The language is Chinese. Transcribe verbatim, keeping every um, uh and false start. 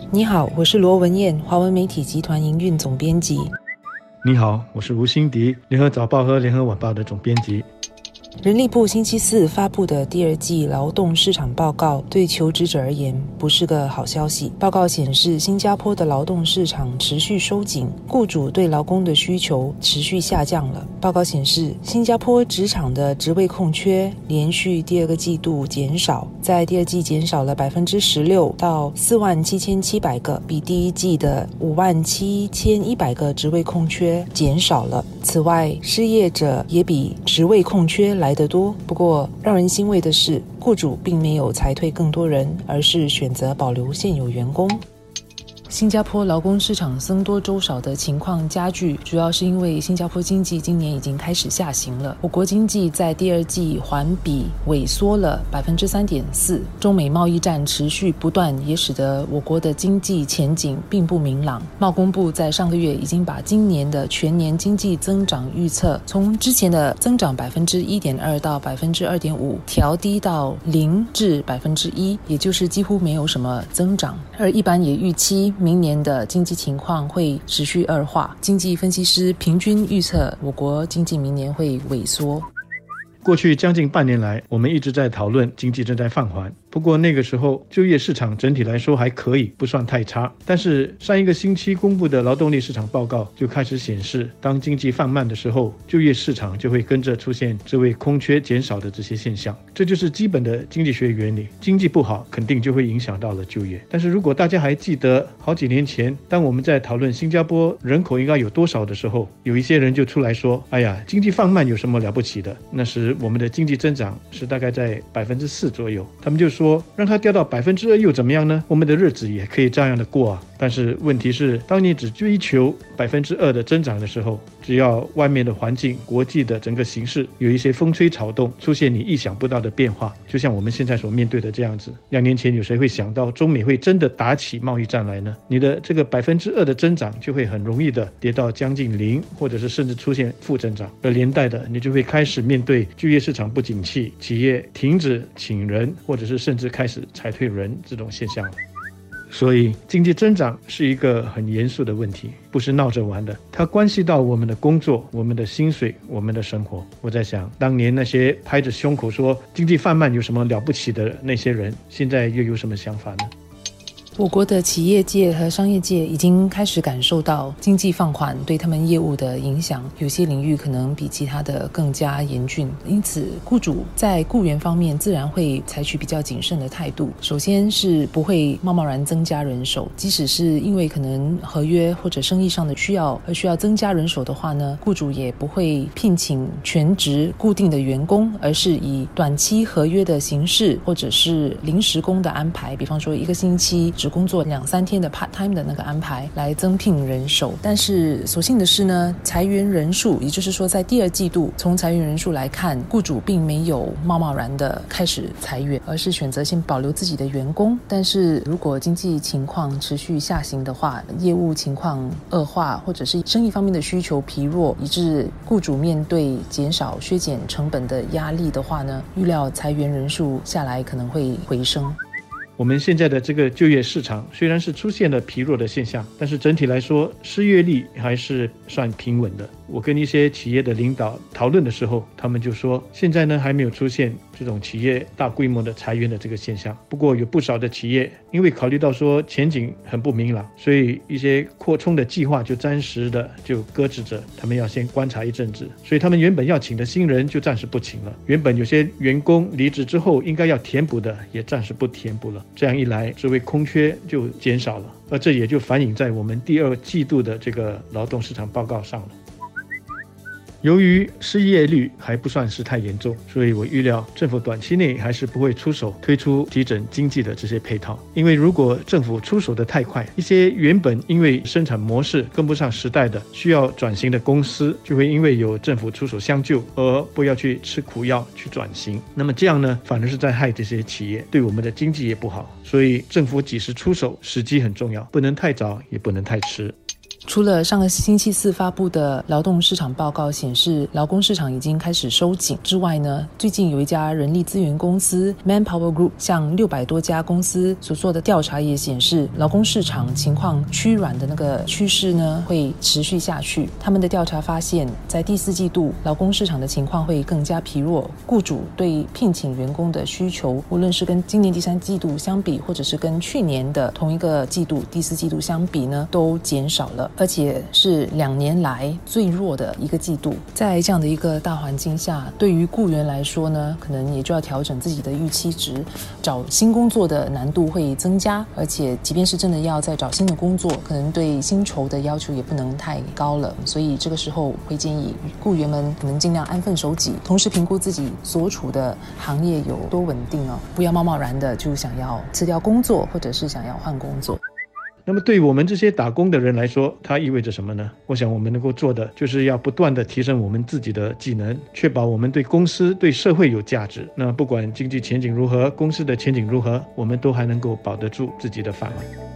你好，我是罗文燕，华文媒体集团营运总编辑。 你好，我是吴欣迪，联合早报和联合晚报的总编辑。 人力部星期四发布的第二季劳动市场报告对求职者而言不是个好消息。报告显示，新加坡的劳动市场持续收紧，雇主对劳工的需求持续下降了。报告显示，新加坡职场的职位空缺连续第二个季度减少，在第二季减少了 百分之十六 到四万七千七百个，比第一季的五万七千一百个职位空缺减少了。此外，失业者也比职位空缺来得多。不过让人欣慰的是，雇主并没有裁退更多人，而是选择保留现有员工。新加坡劳工市场僧多粥少的情况加剧，主要是因为新加坡经济今年已经开始下行了。我国经济在第二季环比萎缩了 百分之三点四， 中美贸易战持续不断，也使得我国的经济前景并不明朗。贸工部在上个月已经把今年的全年经济增长预测从之前的增长 百分之一点二 到 百分之二点五 调低到零至 百分之一， 也就是几乎没有什么增长。而一般也预期明年的经济情况会持续恶化，经济分析师平均预测我国经济明年会萎缩。 过去将近半年来，我们一直在讨论经济正在放缓。不过那个时候就业市场整体来说还可以，不算太差。但是上一个星期公布的劳动力市场报告就开始显示，当经济放慢的时候，就业市场就会跟着出现这位空缺减少的这些现象。这就是基本的经济学原理，经济不好肯定就会影响到了就业。但是如果大家还记得好几年前，当我们在讨论新加坡人口应该有多少的时候，有一些人就出来说，哎呀，经济放慢有什么了不起的，那时我们的经济增长是大概在 百分之四 左右。他们就说让它掉到 百分之二 又怎么样呢？我们的日子也可以这样的过啊。但是问题是，当你只追求 百分之二 的增长的时候，只要外面的环境、国际的整个形势有一些风吹草动，出现你意想不到的变化，就像我们现在所面对的这样子。两年前有谁会想到中美会真的打起贸易战来呢？你的这个 百分之二 的增长就会很容易的跌到将近零，或者是甚至出现负增长，而连带的你就会开始面对就业市场不景气，企业停止请人，或者是甚至开始裁退人这种现象。所以经济增长是一个很严肃的问题，不是闹着玩的，它关系到我们的工作、我们的薪水、我们的生活。我在想，当年那些拍着胸口说经济放慢有什么了不起的那些人，现在又有什么想法呢？ 我国的企业界和商业界已经开始感受到经济放缓对他们业务的影响，有些领域可能比其他的更加严峻，因此雇主在雇员方面自然会采取比较谨慎的态度。首先是不会贸贸然增加人手，即使是因为可能合约或者生意上的需要而需要增加人手的话呢，雇主也不会聘请全职固定的员工，而是以短期合约的形式或者是临时工的安排，比方说一个星期只工作两三天的 part time 的那个安排来增聘人手。但是所幸的是呢，裁员人数，也就是说在第二季度从裁员人数来看，雇主并没有贸贸然的开始裁员，而是选择先保留自己的员工。但是如果经济情况持续下行的话，业务情况恶化，或者是生意方面的需求疲弱，以致雇主面对减少削减成本的压力的话呢，预料裁员人数下来可能会回升。 我们现在的这个就业市场虽然是出现了疲弱的现象，但是整体来说失业率还是算平稳的。我跟一些企业的领导讨论的时候，他们就说现在呢还没有出现这种企业大规模的裁员的这个现象。不过有不少的企业因为考虑到说前景很不明朗，所以一些扩充的计划就暂时的就搁置着，他们要先观察一阵子。所以他们原本要请的新人就暂时不请了，原本有些员工离职之后应该要填补的也暂时不填补了。这样一来，这位空缺就减少了，而这也就反映在我们第二季度的这个劳动市场报告上了。由于失业率还不算是太严重，所以我预料政府短期内还是不会出手推出提振经济的这些配套。因为如果政府出手的太快，一些原本因为生产模式跟不上时代的需要转型的公司，就会因为有政府出手相救而不要去吃苦药去转型。那么这样呢，反而是在害这些企业，对我们的经济也不好。所以政府几时出手，时机很重要，不能太早，也不能太迟。 除了上个星期四发布的劳动市场报告显示劳工市场已经开始收紧之外呢，最近有一家人力资源公司 Manpower Group 向六百多家公司所做的调查也显示，劳工市场情况趋软的那个趋势呢会持续下去。他们的调查发现，在第四季度劳工市场的情况会更加疲弱，雇主对聘请员工的需求，无论是跟今年第三季度相比，或者是跟去年的同一个季度第四季度相比呢，都减少了，而且是两年来最弱的一个季度。在这样的一个大环境下，对于雇员来说呢，可能也就要调整自己的预期值，找新工作的难度会增加，而且即便是真的要再找新的工作，可能对薪酬的要求也不能太高了。所以这个时候会建议雇员们可能尽量安分守己，同时评估自己所处的行业有多稳定哦，不要贸贸然的就想要辞掉工作，或者是想要换工作。 那么对于我们这些打工的人来说，它意味着什么呢？我想我们能够做的就是要不断的提升我们自己的技能，确保我们对公司对社会有价值。那不管经济前景如何，公司的前景如何，我们都还能够保得住自己的饭碗。